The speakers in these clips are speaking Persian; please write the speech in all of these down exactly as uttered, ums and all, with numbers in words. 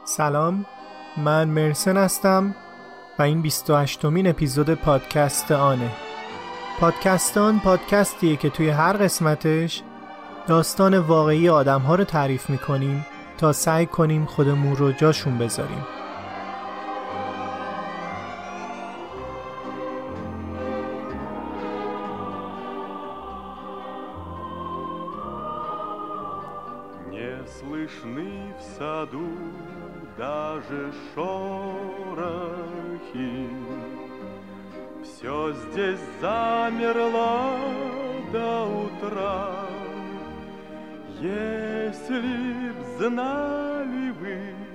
سلام، من مرسن هستم و این بیست و هشتمین اپیزود پادکست آنه. پادکست آن پادکستیه که توی هر قسمتش داستان واقعی آدم‌ها رو تعریف می‌کنیم تا سعی کنیم خودمون رو جاشون بذاریم. Слышны в саду даже шорохи, всё здесь замерло до утра. Если б знали вы,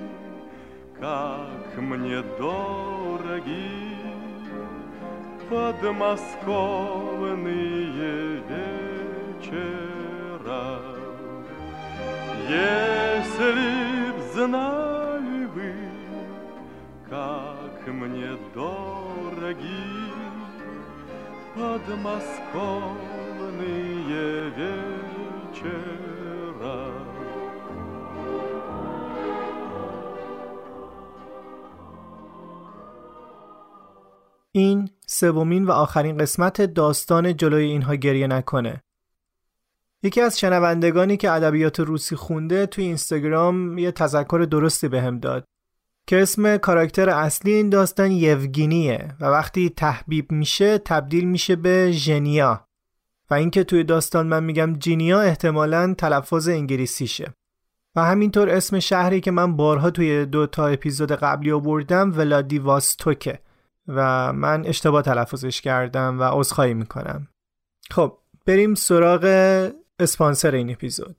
как мне дороги подмосковные вечера. Если б знали вы, как мне дороги подмосковные вечера. این سومین و آخرین قسمت داستان جلوی اینها گریه نکنه. یکی از شنوندگانی که ادبیات روسی خونده توی اینستاگرام یه تذکر درستی بهم داد که اسم کاراکتر اصلی این داستان یوگینیه و وقتی تحبیب میشه تبدیل میشه به ژنیا و اینکه توی داستان من میگم جینیا احتمالاً تلفظ انگلیسیشه و همینطور اسم شهری که من بارها توی دو تا اپیزود قبلی آوردم ولادیواستوکه و من اشتباه تلفظش کردم و عذرخواهی میکنم. خب بریم سراغ اسپانسر این اپیزود.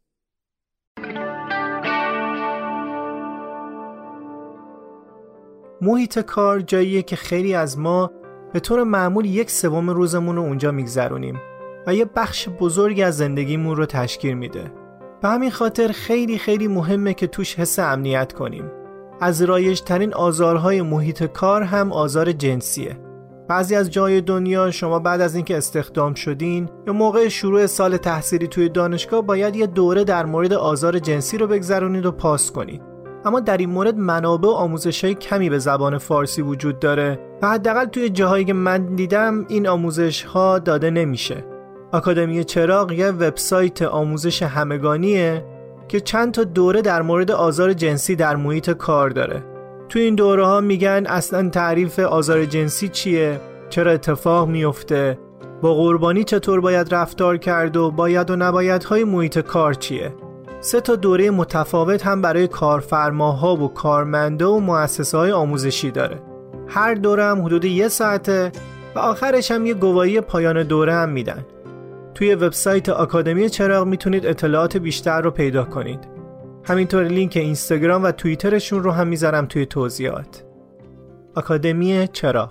محیط کار جاییه که خیلی از ما به طور معمول یک سوم روزمون رو اونجا میگذرونیم و یه بخش بزرگی از زندگیمون رو تشکیل میده. به همین خاطر خیلی خیلی مهمه که توش حس امنیت کنیم. از رایج‌ترین آزارهای محیط کار هم آزار جنسیه. بعضی از جای دنیا شما بعد از اینکه استخدام شدین یا موقع شروع سال تحصیلی توی دانشگاه باید یه دوره در مورد آزار جنسی رو بگذرونید و پاس کنید. اما در این مورد منابع و آموزش‌های کمی به زبان فارسی وجود داره و حداقل توی جاهایی که من دیدم این آموزش‌ها داده نمیشه. آکادمی چراغ یه وبسایت آموزش همگانیه که چند تا دوره در مورد آزار جنسی در محیط کار داره. تو این دوره ها میگن اصلا تعریف آزار جنسی چیه، چرا اتفاق میفته، با قربانی چطور باید رفتار کرد و باید و نباید های محیط کار چیه. سه تا دوره متفاوت هم برای کارفرماها و کارمندا و مؤسسه های آموزشی داره. هر دوره هم حدود یه ساعته و آخرش هم یه گواهی پایان دوره هم میدن. توی وبسایت آکادمی چراغ میتونید اطلاعات بیشتر رو پیدا کنید. همینطور لینک اینستاگرام و توییترشون رو هم میذارم توی توضیحات. آکادمی چراغ.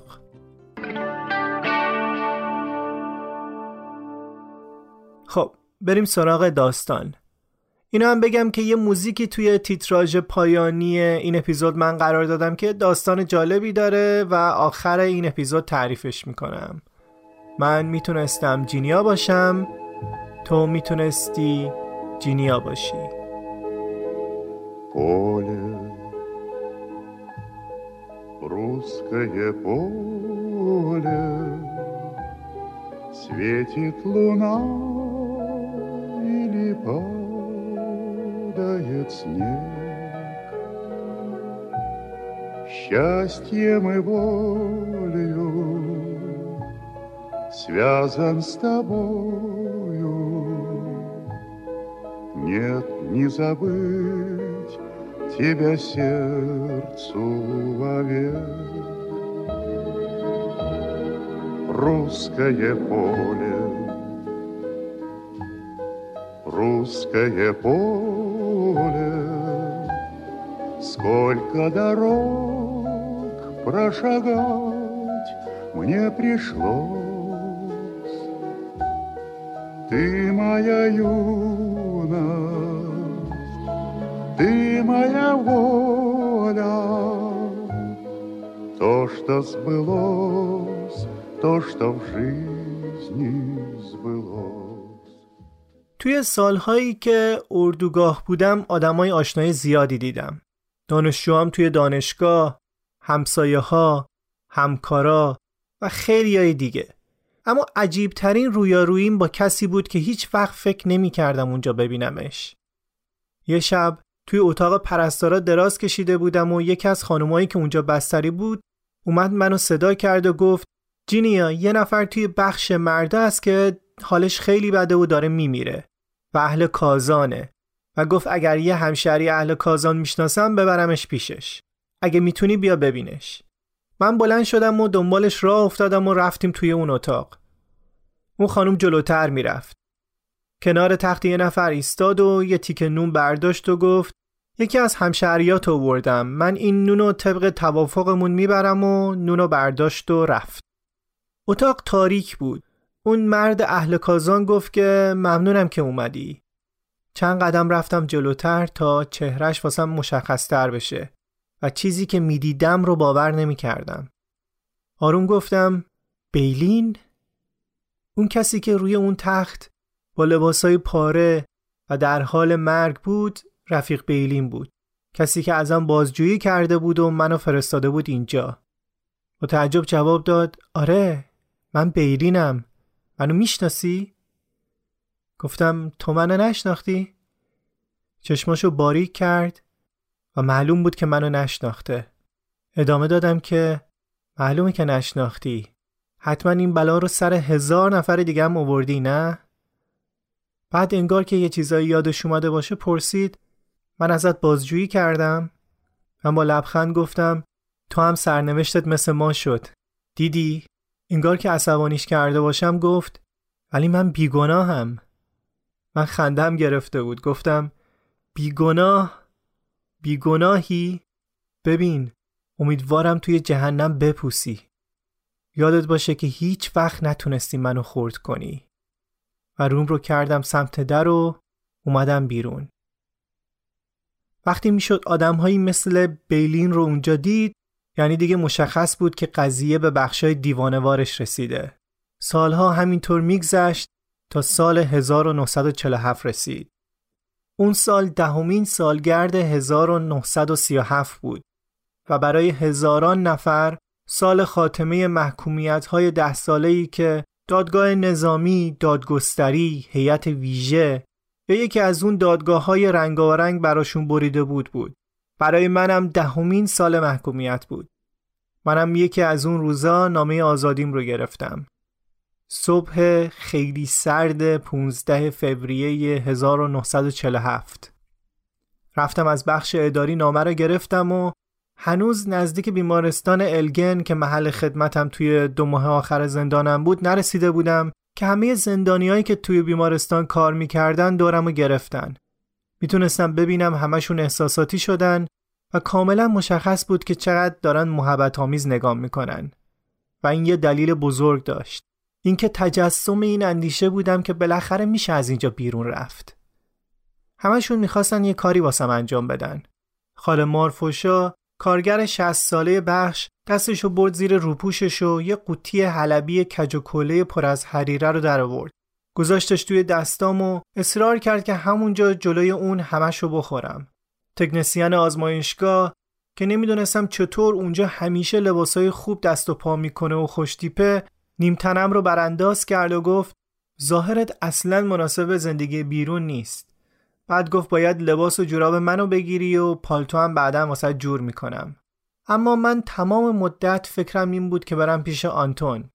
خب بریم سراغ داستان. اینو هم بگم که یه موزیکی توی تیتراژ پایانی این اپیزود من قرار دادم که داستان جالبی داره و آخر این اپیزود تعریفش میکنم. من میتونستم جینیا باشم، تو میتونستی جینیا باشی. Поле, русское поле, светит луна или падает снег. Счастьем и болью связан с тобою, нет, не забыть тебя сердцу вовек. Русское поле, русское поле, сколько дорог прошагать мне пришлось. Ты моя юность, ты моя воля, то, что сбылось, то, что в жизни сбылось. توی سالهایی که اردوگاه بودم آدمای آشنای زیادی دیدم. دانشجوام توی دانشگاه، همسایه ها، همکارا و خیلیای دیگه. اما عجیب ترین رویاروییم با کسی بود که هیچ وقت فکر نمی کردم اونجا ببینمش. یه شب توی اتاق پرستارا دراز کشیده بودم و یکی از خانمایی که اونجا بستری بود اومد منو صدا کرد و گفت جینیا، یه نفر توی بخش مرده است که حالش خیلی بده و داره میمیره و اهل کازانه و گفت اگر یه همشهری اهل کازان میشناسم ببرمش پیشش. اگه میتونی بیا ببینش. من بلند شدم و دنبالش راه افتادم و رفتیم توی اون اتاق. اون خانم جلوتر میرفت. کنار تخت یه نفر ایستاد و یه تیکه نون برداشت و گفت یکی از همشهریات آوردم، من این نونو طبق توافقمون میبرم و نونو برداشت و رفت. اتاق تاریک بود. اون مرد اهل کازان گفت که ممنونم که اومدی. چند قدم رفتم جلوتر تا چهرش واسم مشخص‌تر بشه و چیزی که میدیدم رو باور نمی کردم. آروم گفتم بیلین؟ اون کسی که روی اون تخت با لباسای پاره و در حال مرگ بود رفیق بیلین بود. کسی که ازم بازجویی کرده بود و منو فرستاده بود اینجا. با تعجب جواب داد آره من بیلینم. منو میشناسی؟ گفتم تو منو نشناختی؟ چشماشو باریک کرد و معلوم بود که منو نشناخته. ادامه دادم که معلومه که نشناختی. حتما این بلا رو سر هزار نفر دیگه هم آوردی نه؟ بعد انگار که یه چیزایی یادش اومده باشه پرسید من ازت بازجویی کردم؟ من با لبخند گفتم تو هم سرنوشتت مثل ما شد. دیدی؟ انگار که عصبانیش کرده باشم گفت ولی من بیگناهم. من خندم گرفته بود. گفتم بیگناه؟ بیگناهی؟ ببین امیدوارم توی جهنم بپوسی. یادت باشه که هیچ وقت نتونستی منو خرد کنی. و روم رو کردم سمت در و اومدم بیرون. وقتی میشد آدم‌هایی مثل بیلین رو اونجا دید یعنی دیگه مشخص بود که قضیه به بخشای دیوانه‌وارش رسیده. سالها همینطور میگذشت تا سال هزار و نهصد و چهل و هفت رسید. اون سال دهمین سالگرد هزار و نهصد و سی و هفت بود و برای هزاران نفر سال خاتمه محکومیت‌های ده ساله‌ای که دادگاه نظامی، دادگستری، هیئت ویژه یا یکی از اون دادگاه‌های رنگارنگ براشون بریده بود بود. برای منم دهمین سال محکومیت بود. منم یکی از اون روزا نامه آزادیم رو گرفتم. صبح خیلی سرد پانزده فوریه هزار و نهصد و چهل و هفت رفتم از بخش اداری نامه رو گرفتم و هنوز نزدیک بیمارستان الگن که محل خدمتم توی دو ماه آخر زندانم بود نرسیده بودم که همه زندانیایی که توی بیمارستان کار میکردن دورم رو گرفتن. میتونستم ببینم همشون احساساتی شدن و کاملا مشخص بود که چقدر دارن محبت آمیز نگاه میکنن و این یه دلیل بزرگ داشت. اینکه تجسم این اندیشه بودم که بالاخره میشه از اینجا بیرون رفت. همشون میخواستن یه کاری واسم انجام بدن. خاله مارفوشا کارگر شصت ساله بخش دستشو برد زیر روپوشش و یه قوطی حلبی کج و کوله پر از حریره رو در آورد. گذاشتش توی دستام و اصرار کرد که همونجا جلوی اون همشو بخورم. تکنسین آزمایشگاه که نمیدونستم چطور اونجا همیشه لباسای خوب دست و پا میکنه و خوشتیپه نیمتنم رو برانداز کرد و گفت ظاهرت اصلاً مناسب زندگی بیرون نیست. بعد گفت باید لباس و جوراب منو بگیری و پالتو هم بعداً واسه جور میکنم. اما من تمام مدت فکرم این بود که برم پیش آنتون.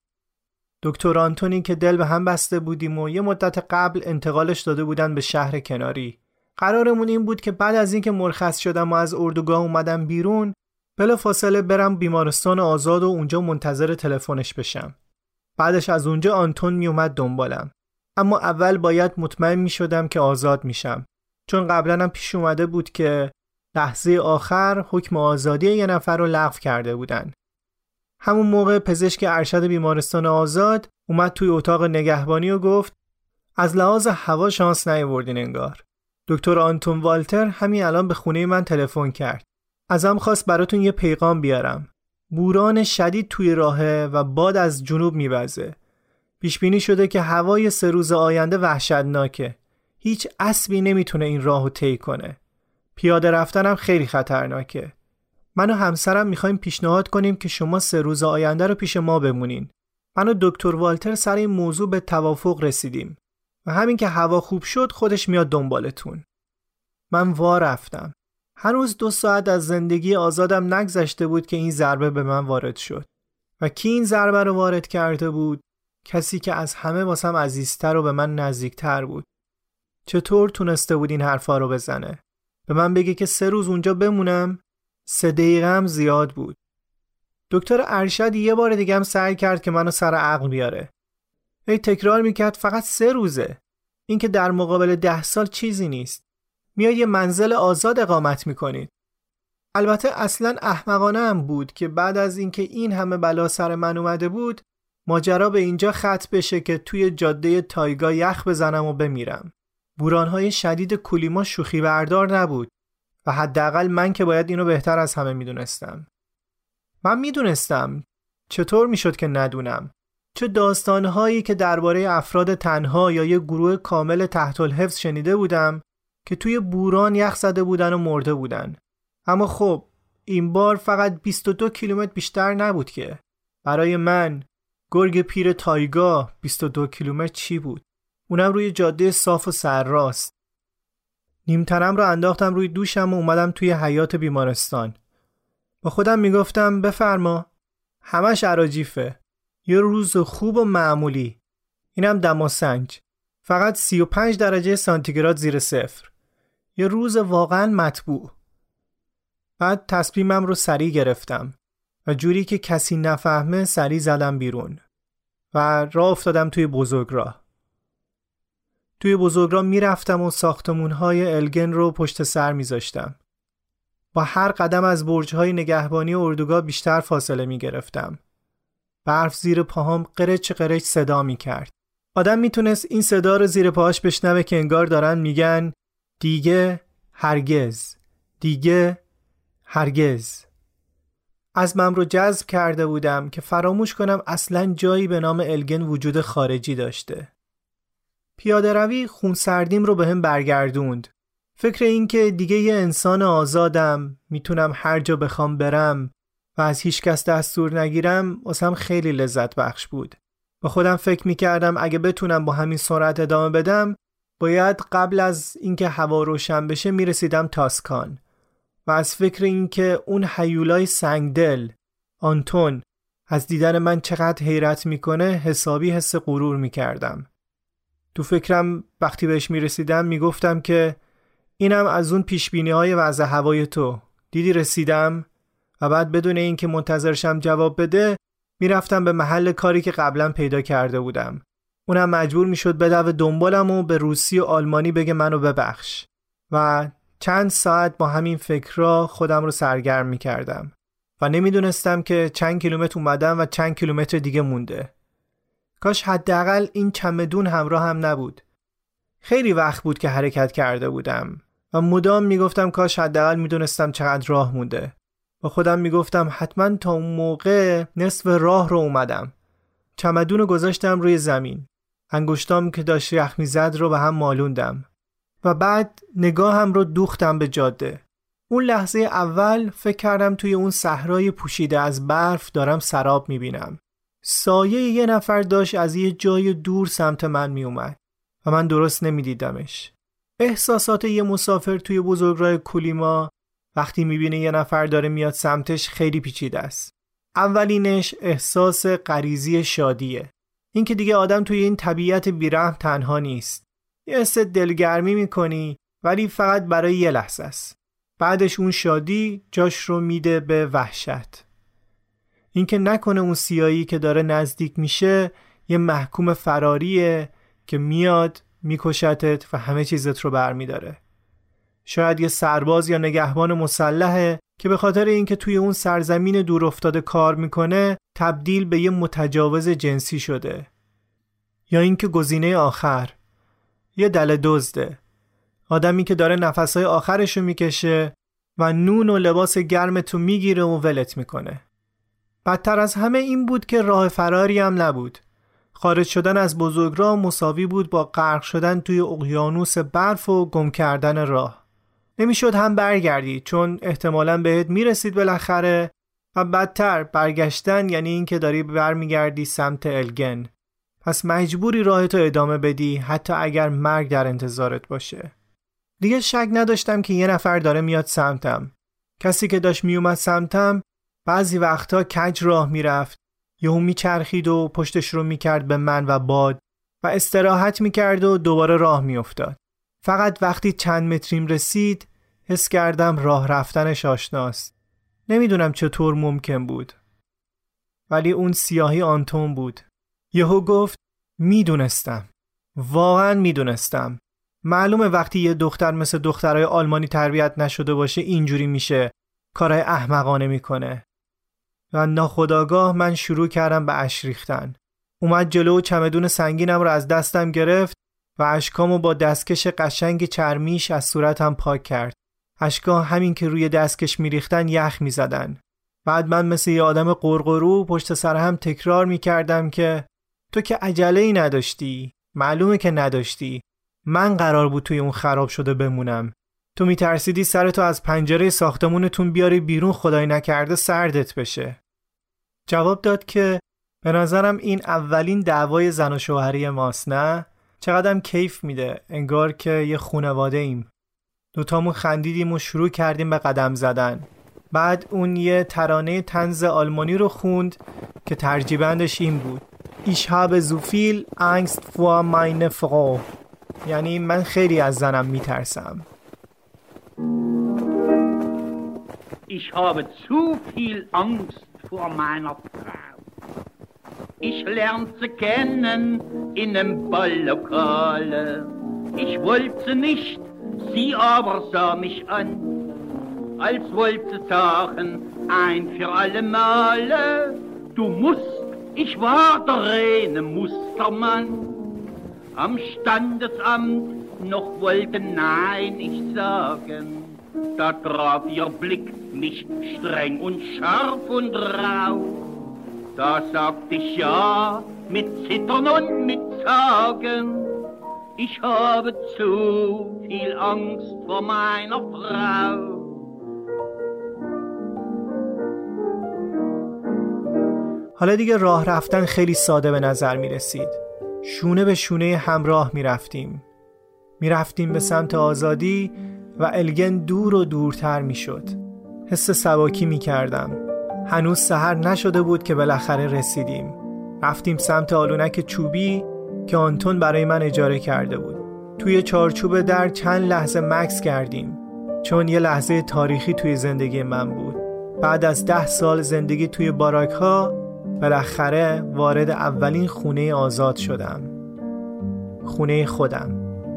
دکتر آنتونی که دل به هم بسته بودیم و یه مدت قبل انتقالش داده بودن به شهر کناری. قرارمون این بود که بعد از اینکه مرخص شدم و از اردوگاه اومدم بیرون بلا فاصله برم بیمارستان آزاد و اونجا منتظر تلفنش بشم. بعدش از اونجا آنتون می اومد دنبالم. اما اول باید مطمئن می شدم که آزاد میشم. چون قبلا هم پیش اومده بود که لحظه آخر حکم آزادی یه نفر رو لغو کرده بودن. همون موقع پزشک ارشد بیمارستان آزاد اومد توی اتاق نگهبانی و گفت از لحاظ هوا شانس نیاوردین انگار. دکتر آنتون والتر همین الان به خونه من تلفن کرد. ازم خواست براتون یه پیغام بیارم. بوران شدید توی راهه و باد از جنوب میوزه. پیش بینی شده که هوای سه روز آینده وحشتناکه. هیچ اسبی نمیتونه این راهو طی کنه. پیاده رفتنم خیلی خطرناکه. من و همسرم میخوایم پیشنهاد کنیم که شما سه روز آینده رو پیش ما بمونین. من و دکتر والتر سر این موضوع به توافق رسیدیم و همین که هوا خوب شد خودش میاد دنبالتون. من وا رفتم. هنوز دو ساعت از زندگی آزادم نگذشته بود که این ضربه به من وارد شد. و کی این ضربه رو وارد کرده بود؟ کسی که از همه واسم عزیزتر و به من نزدیکتر بود. چطور تونسته بود این حرفا رو بزنه؟ به من بگه که سه روز اونجا بمونم؟ سه دقیقه هم زیاد بود. دکتر ارشد یه بار دیگه هم سعی کرد که منو سر عقل بیاره. هی تکرار میکرد فقط سه روزه. این که در مقابل ده سال چیزی نیست. میاد یه منزل آزاد اقامت میکنید. البته اصلاً احمقانه هم بود که بعد از اینکه این همه بلا سر من اومده بود ماجرا به اینجا ختم بشه که توی جاده تایگا یخ بزنم و بمیرم. بورانهای شدید کولیما شوخی بردار نبود و حداقل من که باید اینو بهتر از همه میدونستم. من میدونستم. چطور میشد که ندونم؟ چه داستانهایی که درباره افراد تنها یا یه گروه کامل تحت الحفظ شنیده بودم که توی بوران یخ زده بودن و مرده بودن. اما خب این بار فقط بیست و دو کیلومتر بیشتر نبود که. برای من گرگ پیر تایگا بیست و دو کیلومتر چی بود؟ اونم روی جاده صاف و سرراست. نیمتنم رو انداختم روی دوشم و اومدم توی حیاط بیمارستان. با خودم میگفتم بفرما، همش اراجیفه. یه روز خوب و معمولی. اینم دماسنج. فقط سی و پنج درجه سانتیگراد زیر صفر. یه روز واقعا مطبوع. بعد تصمیمم رو سریع گرفتم و جوری که کسی نفهمه سریع زدم بیرون و راه افتادم توی بزرگراه. توی بزرگراه میرفتم و ساختمون‌های الگن رو پشت سر میذاشتم. با هر قدم از برج‌های نگهبانی اردوگاه بیشتر فاصله میگرفتم. برف زیر پاهام قرچ قرچ صدا میکرد. آدم میتونست این صدا رو زیر پاهاش بشنوه که انگار دارن میگن دیگه هرگز، دیگه هرگز. عزمم رو جذب کرده بودم که فراموش کنم اصلاً جایی به نام الگن وجود خارجی داشته. پیاده روی خونسردیم رو به هم برگردوند. فکر این که دیگه یه انسان آزادم، میتونم هر جا بخوام برم و از هیچ کس دستور نگیرم واسم خیلی لذت بخش بود. با خودم فکر میکردم اگه بتونم با همین سرعت ادامه بدم باید قبل از اینکه هوا روشن بشه میرسیدم تاسکان و از فکر اینکه اون هیولای سنگدل آنتون از دیدن من چقدر حیرت میکنه حسابی حس غرور میکردم. تو فکرم وقتی بهش میرسیدم میگفتم که اینم از اون پیشبینی های وضع هوای تو، دیدی رسیدم؟ و بعد بدون اینکه منتظرشم جواب بده میرفتم به محل کاری که قبلا پیدا کرده بودم. اونم مجبور میشد بدوه دنبالم و به روسی و آلمانی بگه منو ببخش و چند ساعت با همین فکرها خودم رو سرگرم میکردم و نمیدونستم که چند کیلومتر اومدم و چند کیلومتر دیگه مونده. کاش حداقل این چمدون همراه هم نبود. خیلی وقت بود که حرکت کرده بودم و مدام میگفتم کاش حداقل میدونستم چقدر راه مونده. با خودم میگفتم حتما تا اون موقع نصف راه رو اومدم. چمدون رو گذاشتم روی زمین. انگشتام که داشت یخ میزد رو به هم مالوندم و بعد نگاهم رو دوختم به جاده. اون لحظه اول فکر کردم توی اون صحرای پوشیده از برف دارم سراب میبینم. سایه یه نفر داشت از یه جای دور سمت من میومد و من درست نمیدیدمش. احساسات یه مسافر توی بزرگراه کولیما وقتی میبینه یه نفر داره میاد سمتش خیلی پیچیده است. اولینش احساس غریزی شادیه. این که دیگه آدم توی این طبیعت بیرحم تنها نیست. یه حس دلگرمی میکنی ولی فقط برای یه لحظه است. بعدش اون شادی جاش رو میده به وحشت. این که نکنه اون سیاهی که داره نزدیک میشه یه محکوم فراریه که میاد میکشتت و همه چیزت رو برمیداره. شاید یه سرباز یا نگهبان مسلحه که به خاطر اینکه توی اون سرزمین دور افتاده کار میکنه تبدیل به یه متجاوز جنسی شده. یا اینکه گزینه آخر یه دل دزده، آدمی که داره نفسهای آخرشو میکشه و نون و لباس گرمتو میگیره و ولت میکنه. بدتر از همه این بود که راه فراری هم نبود. خارج شدن از بزرگراه مساوی بود با غرق شدن توی اقیانوس برف و گم کردن راه. نمیشد هم برگردی چون احتمالاً بهت میرسید بالاخره، و بدتر برگشتن یعنی این که داری برمیگردی سمت الگن. پس مجبوری راهتو ادامه بدی حتی اگر مرگ در انتظارت باشه. دیگه شک نداشتم که یه نفر داره میاد سمتم. کسی که داشت میومد سمتم بعضی وقتا کج راه میرفت، یهو میچرخید و پشتش رو میکرد به من و باد و استراحت میکرد و دوباره راه میافتاد. فقط وقتی چند متریم رسید حس کردم راه رفتنش آشناست. نمیدونم چطور ممکن بود. ولی اون سیاهی آنتون بود. یهو گفت میدونستم. واقعا میدونستم. معلومه وقتی یه دختر مثل دخترای آلمانی تربیت نشده باشه اینجوری میشه، کارهای احمقانه میکنه. و ناخودآگاه من شروع کردم به اشک ریختن. اومد جلو و چمدون سنگینم رو از دستم گرفت و اشکامو با دستکش قشنگ چرمیش از صورتم پاک کرد. اشکا همین که روی دستکش میریختن یخ میزدن. بعد من مثل یه آدم قرقرو پشت سر هم تکرار میکردم که تو که عجله‌ای نداشتی. معلومه که نداشتی. من قرار بود توی اون خراب شده بمونم. تو میترسیدی سرتو از پنجره ساختمونتون بیاری بیرون، خدای نکرده سردت بشه. جواب داد که به نظرم این اولین دعوای زن و شوهری ماست، نه؟ چقدرم کیف میده، انگار که یه خانواده ایم. دوتامون خندیدیم و شروع کردیم به قدم زدن. بعد اون یه ترانه طنز آلمانی رو خوند که ترجیبندش این بود: Ich habe so viel Angst vor meine Frau. یعنی من خیلی از زنم میترسم. Ich habe zu viel Angst vor meiner Frau. Ich lernte sie kennen in einem Balllokale. Ich wollte nicht, sie aber sah mich an, als wollte sagen, ein für alle Male, du musst, ich war der reine Mustermann. Am Standesamt noch wollte nein nicht sagen, da traf ihr Blick mich streng und scharf und rau. Da sagte ich ja, mit Zittern und mit Zagen, ich habe zu viel Angst vor meiner Frau. حالا دیگه راه رفتن خیلی ساده به نظر می رسید. شونه به شونه همراه می رفتیم. می رفتیم به سمت آزادی و الگن دور و دورتر می شد. حس سباکی می کردم. هنوز سحر نشده بود که بالاخره رسیدیم. رفتیم سمت آلونک چوبی که آنتون برای من اجاره کرده بود. توی چارچوب در چند لحظه مکث کردیم، چون یه لحظه تاریخی توی زندگی من بود. بعد از ده سال زندگی توی باراک ها بالاخره وارد اولین خونه آزاد شدم. خونه خودم.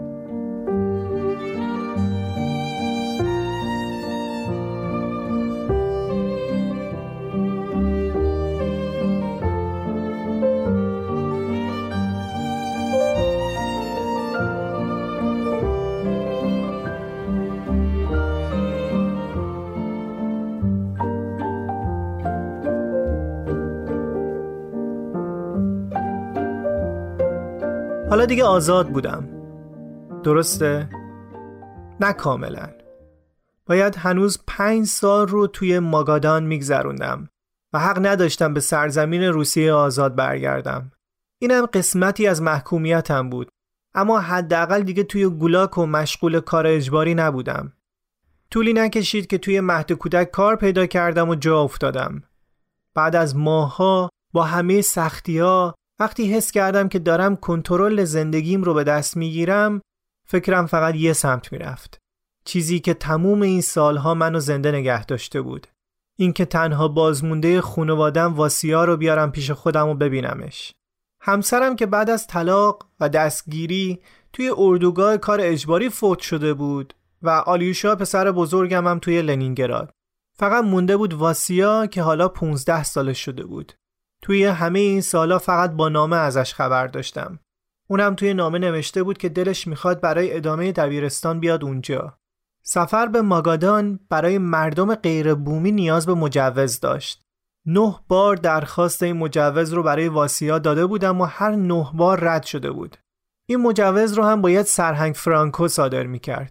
حالا دیگه آزاد بودم. درسته؟ نه کاملا. باید هنوز پنج سال رو توی ماگادان میگذروندم و حق نداشتم به سرزمین روسیه آزاد برگردم. اینم قسمتی از محکومیتم بود، اما حداقل دیگه توی گولاک و مشغول کار اجباری نبودم. طولی نکشید که توی مهد کودک کار پیدا کردم و جا افتادم. بعد از ماه‌ها با همه سختی‌ها، وقتی حس کردم که دارم کنترل زندگیم رو به دست میگیرم، فکرم فقط یه سمت میرفت. چیزی که تموم این سالها منو زنده نگه داشته بود. این که تنها بازمونده خانواده‌ام واسیا رو بیارم پیش خودم و ببینمش. همسرم که بعد از طلاق و دستگیری توی اردوگاه کار اجباری فوت شده بود و آلیوشا پسر بزرگم هم توی لنینگراد. فقط مونده بود واسیا که حالا پونزده سالش شده بود. توی همه این سالا فقط با نامه ازش خبر داشتم. اونم توی نامه نوشته بود که دلش میخواد برای ادامه دبیرستان بیاد اونجا. سفر به ماگادان برای مردم غیر بومی نیاز به مجوز داشت. نه بار درخواست این مجوز رو برای واسیا داده بودم و هر نه بار رد شده بود. این مجوز رو هم باید سرهنگ فرانکو صادر میکرد.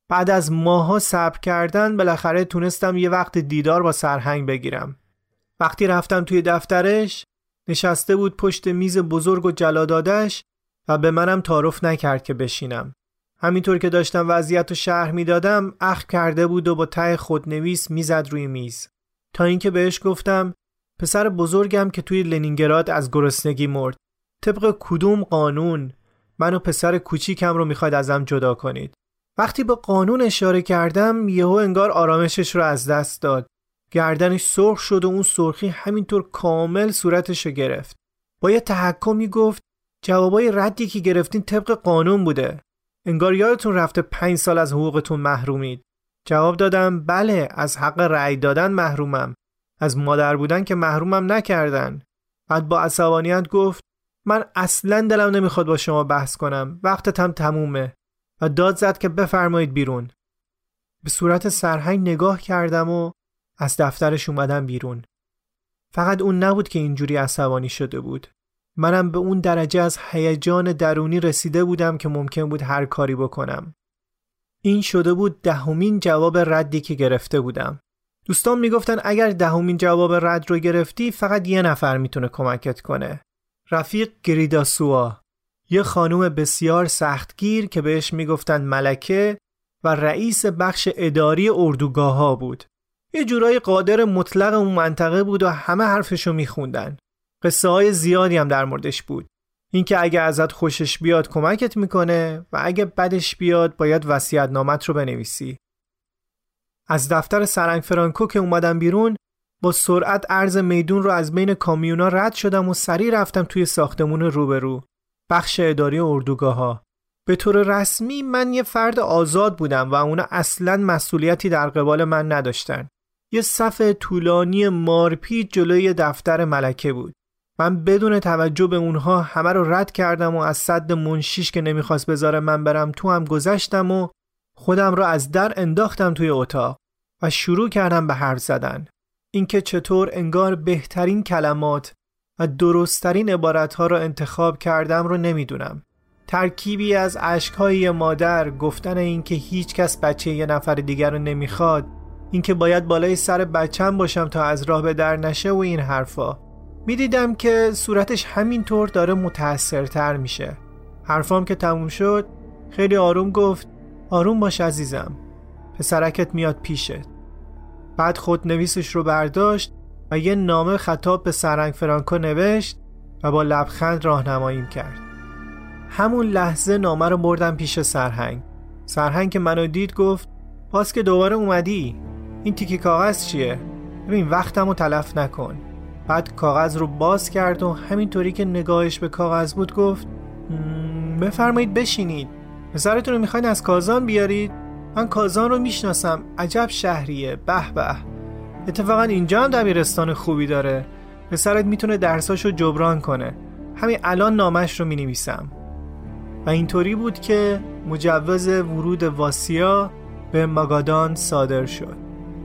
بعد از ماها صبر کردن بالاخره تونستم یه وقت دیدار با سرهنگ بگیرم. وقتی رفتم توی دفترش نشسته بود پشت میز بزرگ و جلادادش و به منم تعارف نکرد که بشینم. همینطور که داشتم وضعیت رو شرح میدادم اخم کرده بود و با ته خودنویس میزد روی میز تا اینکه بهش گفتم پسر بزرگم که توی لنینگراد از گرسنگی مرد. طبق کدوم قانون منو پسر کوچیکم رو میخواید ازم جدا کنید؟ وقتی به قانون اشاره کردم یهو انگار آرامشش رو از دست داد. گردنش سرخ شد و اون سرخی همینطور کامل صورتش رو گرفت. با یه تحکمی گفت جوابای ردی که گرفتین طبق قانون بوده. انگار یادتون رفته پنج سال از حقوقتون محرومید. جواب دادم بله، از حق رأی دادن محرومم. از مادر بودن که محرومم نکردن. بعد با عصبانیت گفت من اصلاً دلم نمیخواد با شما بحث کنم. وقتت هم تمومه. و داد زد که بفرمایید بیرون. به صورت سرهنگ نگاه کردم و از دفترش اومدم بیرون. فقط اون نبود که اینجوری عصبانی شده بود. منم به اون درجه از هیجان درونی رسیده بودم که ممکن بود هر کاری بکنم. این شده بود دهمین جواب ردی که گرفته بودم. دوستان میگفتن اگر دهمین جواب رد رو گرفتی فقط یه نفر میتونه کمکت کنه. رفیق گریداسوا، یه خانوم بسیار سختگیر که بهش میگفتن ملکه و رئیس بخش اداری اردوگاه ها بود. یه جورای قادر مطلق اون منطقه بود و همه حرفشو میخوندن. قصه های زیادی هم در موردش بود. اینکه اگه ازت خوشش بیاد کمکت میکنه و اگه بدش بیاد باید وصیت‌نامت رو بنویسی. از دفتر سرهنگ فرانکو که اومدم بیرون با سرعت عرض میدون رو از بین کامیونا رد شدم و سریع رفتم توی ساختمون روبرو، بخش اداری اردوگاه ها. به طور رسمی من یه فرد آزاد بودم و اونا اصلاً مسئولیتی در قبال من نداشتن. یه صف طولانی مارپیچ جلوی دفتر ملکه بود. من بدون توجه به اونها همه رو رد کردم و از سد منشیش که نمیخواست بذاره من برم تو هم گذشتم و خودم رو از در انداختم توی اتاق و شروع کردم به حرف زدن. اینکه چطور انگار بهترین کلمات و درستترین عبارتها رو انتخاب کردم رو نمیدونم. ترکیبی از اشک‌های مادر، گفتن اینکه هیچ کس بچه یه نفر دیگر رو نمیخواد، اینکه باید بالای سر بچم باشم تا از راه به در نشه و این حرفا. میدیدم که صورتش همینطور داره متأثرتر میشه. حرفام که تموم شد خیلی آروم گفت آروم باش عزیزم، پسرکت میاد پیشت. بعد خود نویسش رو برداشت و یه نامه خطاب به سرهنگ فرانکو نوشت و با لبخند راهنماییم کرد. همون لحظه نامه رو بردم پیش سرهنگ. سرهنگ که منو دید گفت باز که دوباره اومدی؟ این تیکه کاغذ چیه؟ ببین وقتمو تلف نکن. بعد کاغذ رو باز کرد و همینطوری که نگاهش به کاغذ بود گفت بفرمایید بشینید. پسرتون رو میخواین از کازان بیارید؟ من کازان رو میشناسم، عجب شهریه، به به. اتفاقا اینجا هم دبیرستان خوبی داره. پسرت میتونه درساشو جبران کنه. همین الان نامش رو مینویسم. و اینطوری بود که مجوز ورود واسیا به ماگادان صادر شد.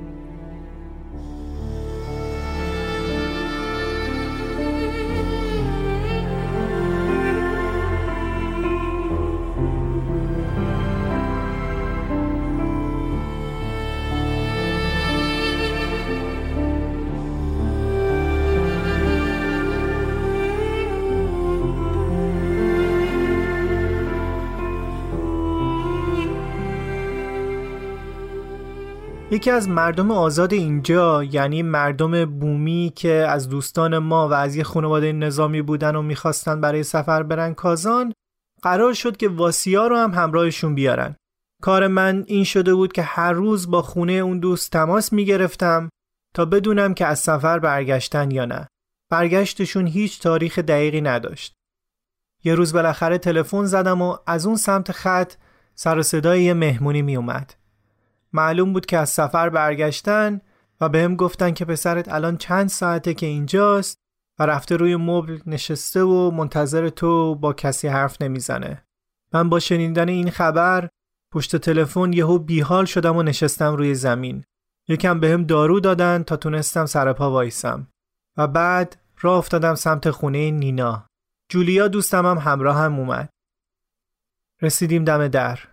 یکی از مردم آزاد اینجا، یعنی مردم بومی که از دوستان ما و از یه خانواده نظامی بودن و میخواستن برای سفر برن کازان، قرار شد که واسیا رو هم همراهشون بیارن. کار من این شده بود که هر روز با خونه اون دوست تماس میگرفتم تا بدونم که از سفر برگشتن یا نه. برگشتشون هیچ تاریخ دقیقی نداشت. یه روز بالاخره تلفن زدم و از اون سمت خط سر و صدای یه مهمونی می اومد. معلوم بود که از سفر برگشتن و بهم گفتن که پسرت الان چند ساعته که اینجاست و رفته روی مبل نشسته و منتظر تو، با کسی حرف نمیزنه. من با شنیدن این خبر پشت تلفن یهو بیحال شدم و نشستم روی زمین. یکم بهم دارو دادن تا تونستم سر پا وایسم و بعد راه افتادم سمت خونه نینا. جولیا دوستم هم همراه هم اومد. رسیدیم دم در.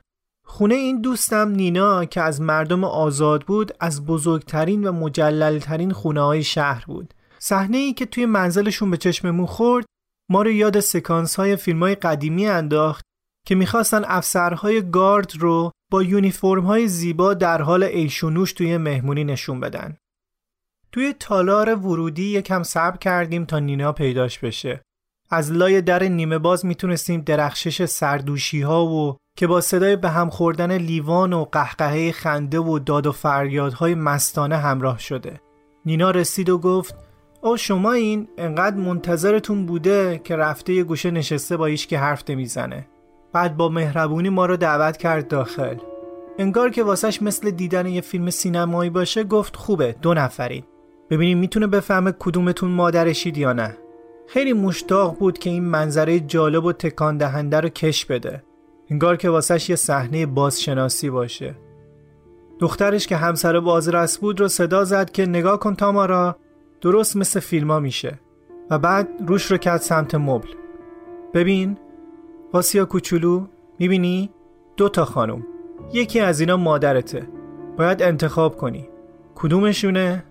خونه این دوستم نینا که از مردم آزاد بود از بزرگترین و مجللترین خونه‌های شهر بود. صحنه‌ای که توی منزلشون به چشممون خورد ما رو یاد سکانس‌های فیلم‌های قدیمی انداخت که می‌خواستن افسرهای گارد رو با یونیفرم‌های زیبا در حال عیش و نوش توی مهمونی نشون بدن. توی تالار ورودی یکم صبر کردیم تا نینا پیداش بشه. از لای در نیمه باز میتونستیم درخشش سردوشی‌ها و که با صدای به هم خوردن لیوان و قهقهه خنده و داد و فریادهای مستانه همراه شده. نینا رسید و گفت او شما این انقدر منتظرتون بوده که رفته یه گوشه نشسته با هیچ که حرف نمیزنه. بعد با مهربونی ما رو دعوت کرد داخل. انگار که واسش مثل دیدن یه فیلم سینمایی باشه گفت خوبه دو نفرید. ببینیم میتونه بفهمه کدومتون مادرشید یا نه. خیلی مشتاق بود که این منظره جالب و تکان دهنده رو کش بده. انگار که واسش یه صحنه بازشناسی باشه. دخترش که همسر بازرس بود رو صدا زد که نگاه کن تامارا، درست مثل فیلما میشه. و بعد روش رو کرد سمت مبل. ببین واسیا کوچولو، میبینی؟ دو تا خانم. یکی از اینا مادرته. باید انتخاب کنی. کدومشونه؟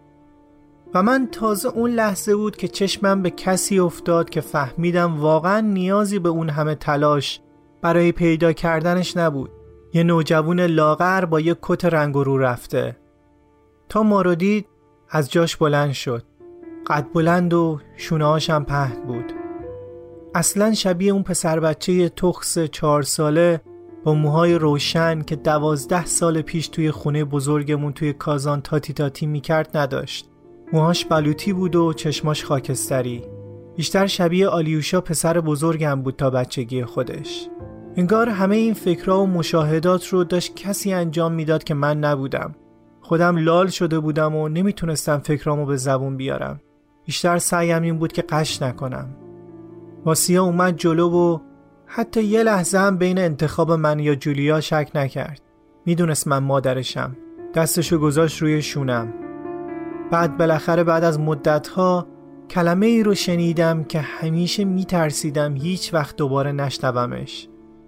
و من تازه اون لحظه بود که چشمم به کسی افتاد که فهمیدم واقعا نیازی به اون همه تلاش برای پیدا کردنش نبود. یه نوجوان لاغر با یه کت رنگ رو رفته. تا ما رو دید از جاش بلند شد. قد بلند و شونه‌هاش هم پهن بود. اصلاً شبیه اون پسر بچه تخس چهار ساله با موهای روشن که دوازده سال پیش توی خونه بزرگمون توی کازان تاتی تاتی میکرد نداشت. موهاش بلوطی بود و چشماش خاکستری. بیشتر شبیه آلیوشا پسر بزرگم بود تا بچگی خودش. انگار همه این فکرها و مشاهدات رو داشت کسی انجام میداد که من نبودم. خودم لال شده بودم و نمیتونستم فکرامو به زبون بیارم. بیشتر سعیم این بود که قش نکنم. واسیا اومد جلو و حتی یه لحظه هم بین انتخاب من یا جولیا شک نکرد. میدونست من مادرشم. دستشو گذاشت روی شونم. بعد بالاخره بعد از مدتها کلمه ای رو شنیدم که همیشه میترسیدم هیچ وقت دوباره نشنومش.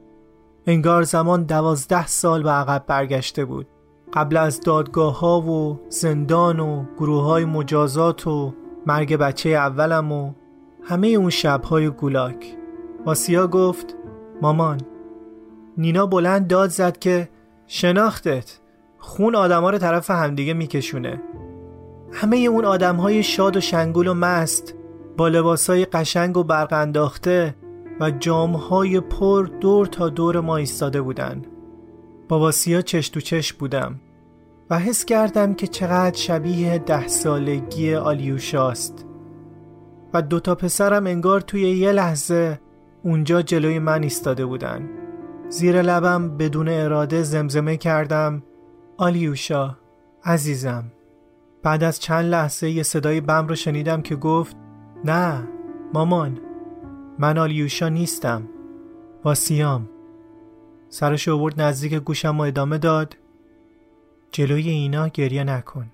انگار زمان دوازده سال به عقب برگشته بود. قبل از دادگاه ها و زندان و گروه های مجازات و مرگ بچه اولم و همه اون شب‌های گولاک. واسیا گفت مامان. نینا بلند داد زد که شناختت. خون آدم‌ها رو طرف همدیگه میکشونه. همه اون آدم‌های شاد و شنگول و مست با لباسای قشنگ و برق انداخته و جام‌های پر دور تا دور ما ایستاده بودن. با واسیا چش تو چش بودم و حس کردم که چقدر شبیه ده سالگی آلیوشاست. و دوتا پسرم انگار توی یه لحظه اونجا جلوی من ایستاده بودن. زیر لبم بدون اراده زمزمه کردم آلیوشا عزیزم. بعد از چند لحظه یه صدای بم رو شنیدم که گفت نه مامان، من آلیوشا نیستم، واسیام. سرش آورد نزدیک گوشم و ادامه داد جلوی اینا گریه نکن.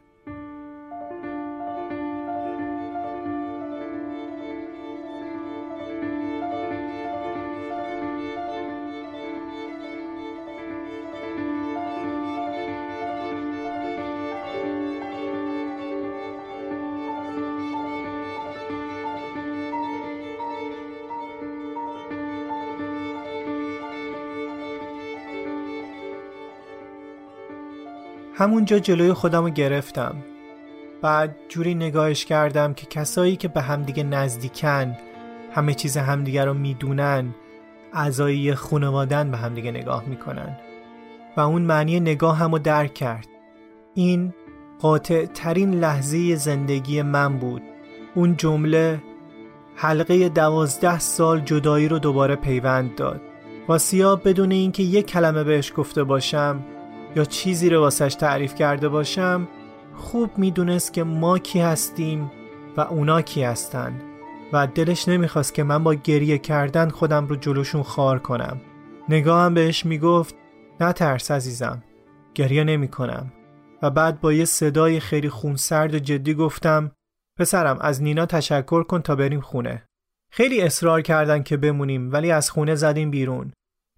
همونجا جلوی خودم رو گرفتم. بعد جوری نگاهش کردم که کسایی که به همدیگه نزدیکن، همه چیز همدیگه رو میدونن، اعضای خانوادن به همدیگه نگاه میکنن. و اون معنی نگاه هم رو درک کرد. این قاطع ترین لحظه زندگی من بود. اون جمله حلقه دوازده سال جدایی رو دوباره پیوند داد. واسیا بدون اینکه یک کلمه بهش گفته باشم یا چیزی رو واسش تعریف کرده باشم خوب میدونست که ما کی هستیم و اونا کی هستن و دلش نمیخواست که من با گریه کردن خودم رو جلوشون خار کنم. نگاهم بهش میگفت نترس عزیزم، گریه نمی کنم. و بعد با یه صدای خیلی خونسرد و جدی گفتم پسرم از نینا تشکر کن تا بریم خونه. خیلی اصرار کردن که بمونیم ولی از خونه زدیم بیرون.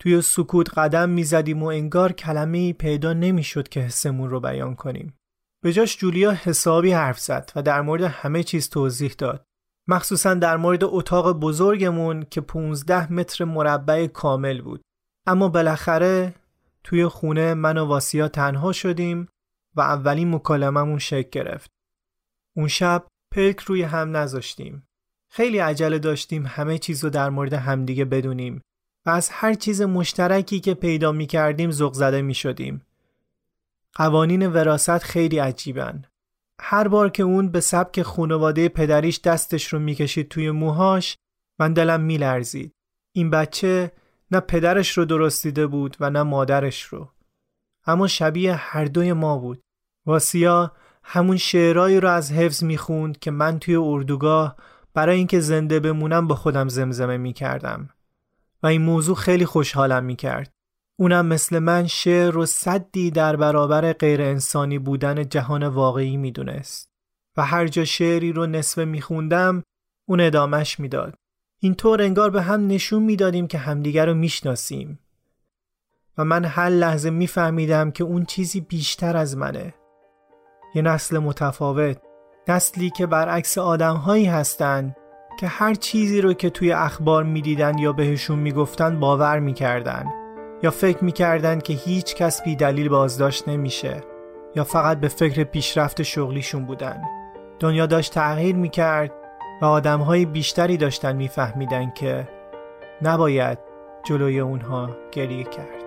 توی سکوت قدم میزدیم و انگار کلمه‌ای پیدا نمیشد که حسمون رو بیان کنیم. به جاش جولیا حسابی حرف زد و در مورد همه چیز توضیح داد. مخصوصا در مورد اتاق بزرگمون که پونزده متر مربع کامل بود. اما بالاخره توی خونه من و واسیا تنها شدیم و اولین مکالممون شکل گرفت. اون شب پلک روی هم نذاشتیم. خیلی عجله داشتیم همه چیز رو در مورد همدیگه بدونیم و از هر چیز مشترکی که پیدا می کردیم ذوق زده می شدیم. قوانین وراثت خیلی عجیبن. هر بار که اون به سبک خانواده پدریش دستش رو می کشید توی موهاش من دلم می لرزید. این بچه نه پدرش رو درست دیده بود و نه مادرش رو. اما شبیه هر دوی ما بود. واسیا همون شعرهایی رو از حفظ می خوند که من توی اردوگاه برای اینکه زنده بمونم با خودم زمزمه می کردم. و این موضوع خیلی خوشحالم می کرد. اونم مثل من شعر رو صدی در برابر غیر انسانی بودن جهان واقعی می دونست. و هر جا شعری رو نصفه می خوندم اون ادامش می داد. اینطور انگار به هم نشون می دادیم که همدیگر رو می شناسیم. و من هر لحظه می فهمیدم که اون چیزی بیشتر از منه. یه نسل متفاوت. نسلی که برعکس آدم‌هایی هستن که هر چیزی رو که توی اخبار می‌دیدن یا بهشون میگفتن باور می‌کردن یا فکر می‌کردن که هیچ کس بی دلیل بازداشت نمیشه یا فقط به فکر پیشرفت شغلیشون بودن. دنیا داشت تغییر می‌کرد و آدم‌های بیشتری داشتن می‌فهمیدن که نباید جلوی اونها گریه کرد.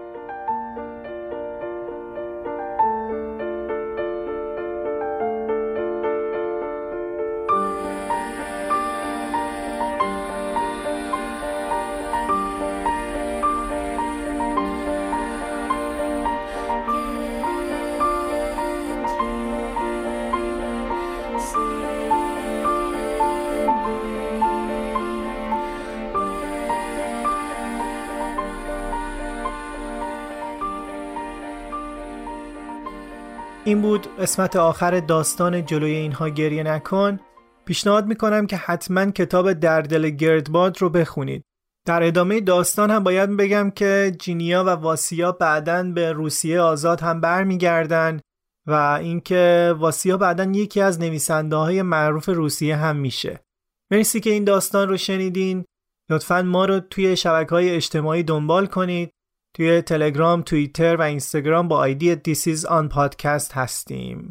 این بود قسمت آخر داستان جلوی اینها گریه نکن. پیشنهاد میکنم که حتما کتاب در دل گردباد رو بخونید. در ادامه داستان هم باید بگم که جینیا و واسیا بعداً به روسیه آزاد هم برمیگردن و اینکه واسیا بعداً یکی از نویسنده های معروف روسیه هم میشه. مرسی که این داستان رو شنیدین. لطفاً ما رو توی شبکه‌های اجتماعی دنبال کنید. توی تلگرام، توییتر و اینستاگرام با آیدی This is on podcast هستیم.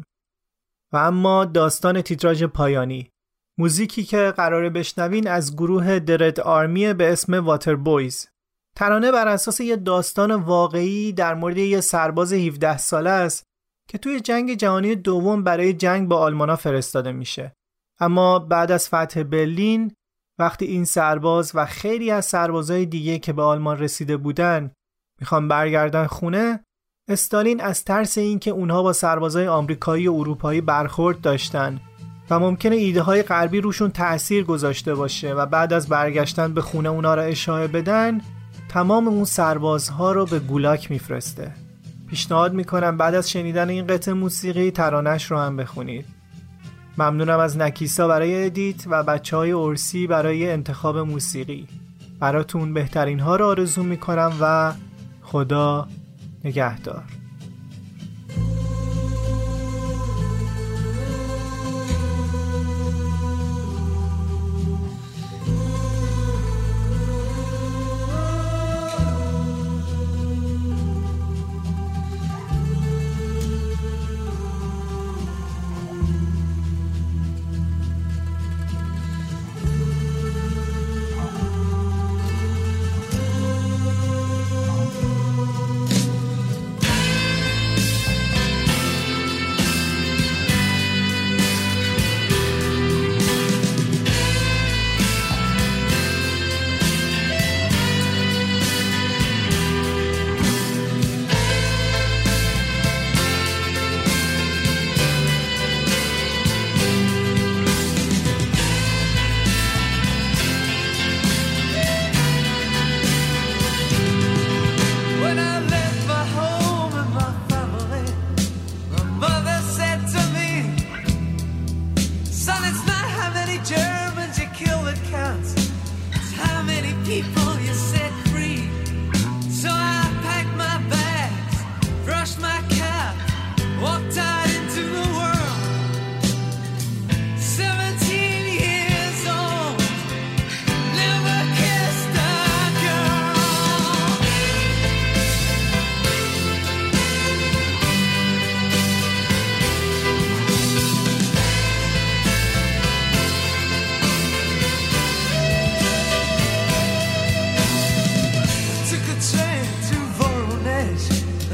و اما داستان تیتراژ پایانی. موزیکی که قراره بشنوین از گروه درد آرمی به اسم واتر بویز. ترانه بر اساس یه داستان واقعی در مورد یه سرباز هفده ساله است که توی جنگ جهانی دوم برای جنگ با آلمانا فرستاده میشه. اما بعد از فتح برلین وقتی این سرباز و خیلی از سربازای دیگه که به آلمان رسیده بودن میخوان برگردن خونه، استالین از ترس این که اونها با سربازای آمریکایی و اروپایی برخورد داشتن و ممکنه ایده های غربی روشون تأثیر گذاشته باشه و بعد از برگشتن به خونه اونا را اشاعه بدن، تمام اون سربازها رو به گولاک میفرسته. پیشنهاد میکنم بعد از شنیدن این قطعه موسیقی ترانش رو هم بخونید. ممنونم از نکیسا برای ادیت و بچه های ارسی برای انتخاب موسیقی. براتون بهترین ها رو آرزو میکنم و خدا نگهدار.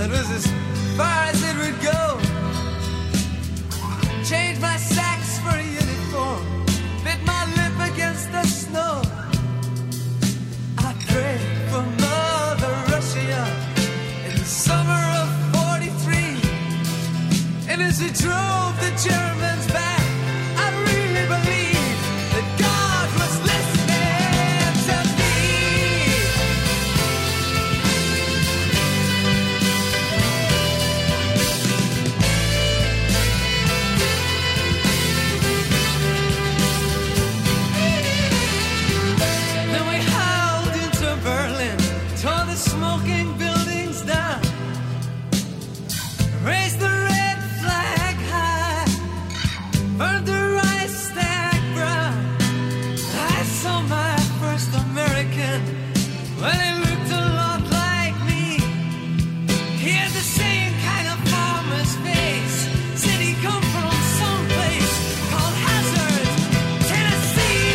That was as far as it would go. Changed my sacks for a uniform, bit my lip against the snow. I prayed for Mother Russia in the summer of forty-three. And as we drove the Germans back, I really believe that God was listening to me. Then we howled into Berlin, tore the smoking buildings down, raised the red flag high, burned the Reichstag brown. I saw my first American, well, he looked a lot like me. He had the same kind of farmer's face, said he come from someplace called Hazard, Tennessee.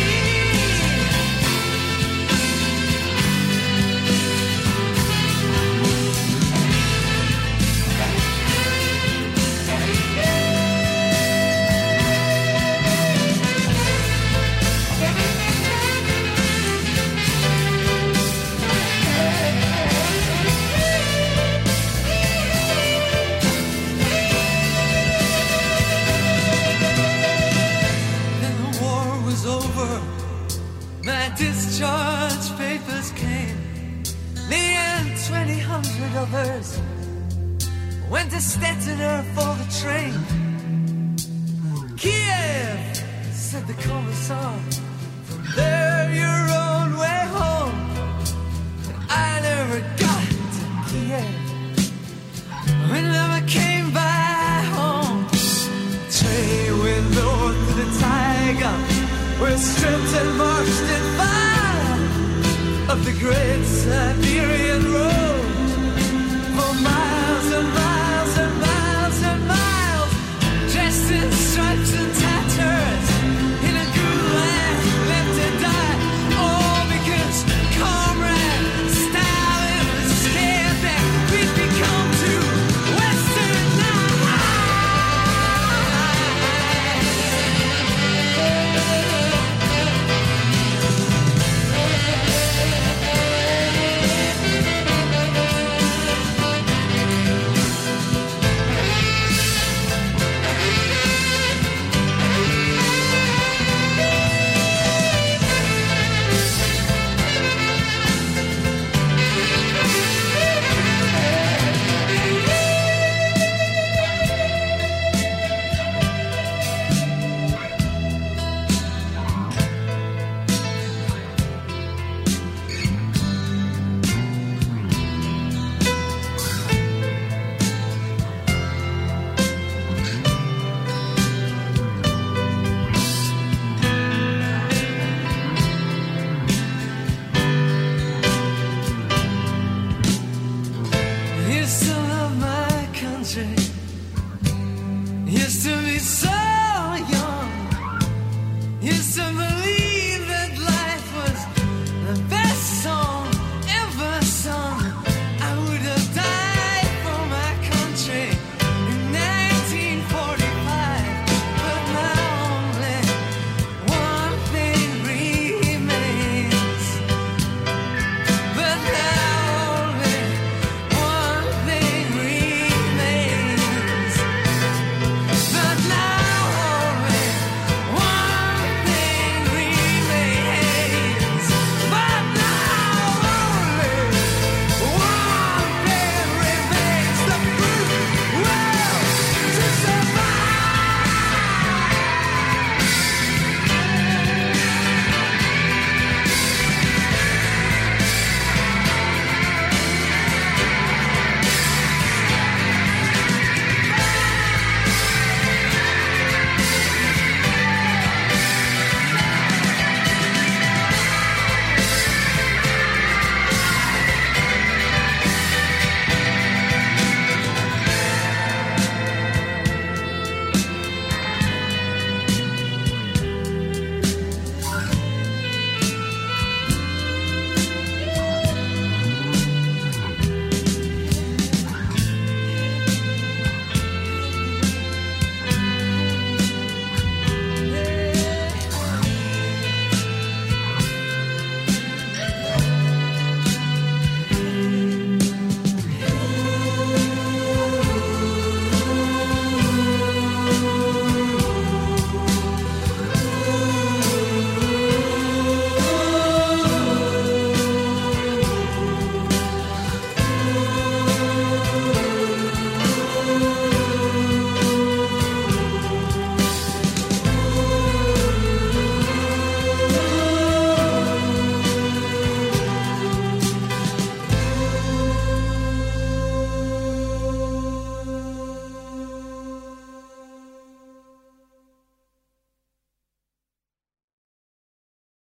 Then the war was over, my discharge papers came. Me and twenty hundred others went to Stettiner for the train. Kiev, said the commissar, from there your own way home. But I never got to Kiev, we never came back home. Trade went north to the Tiger, we're stripped and marched in fire up the great Siberian road.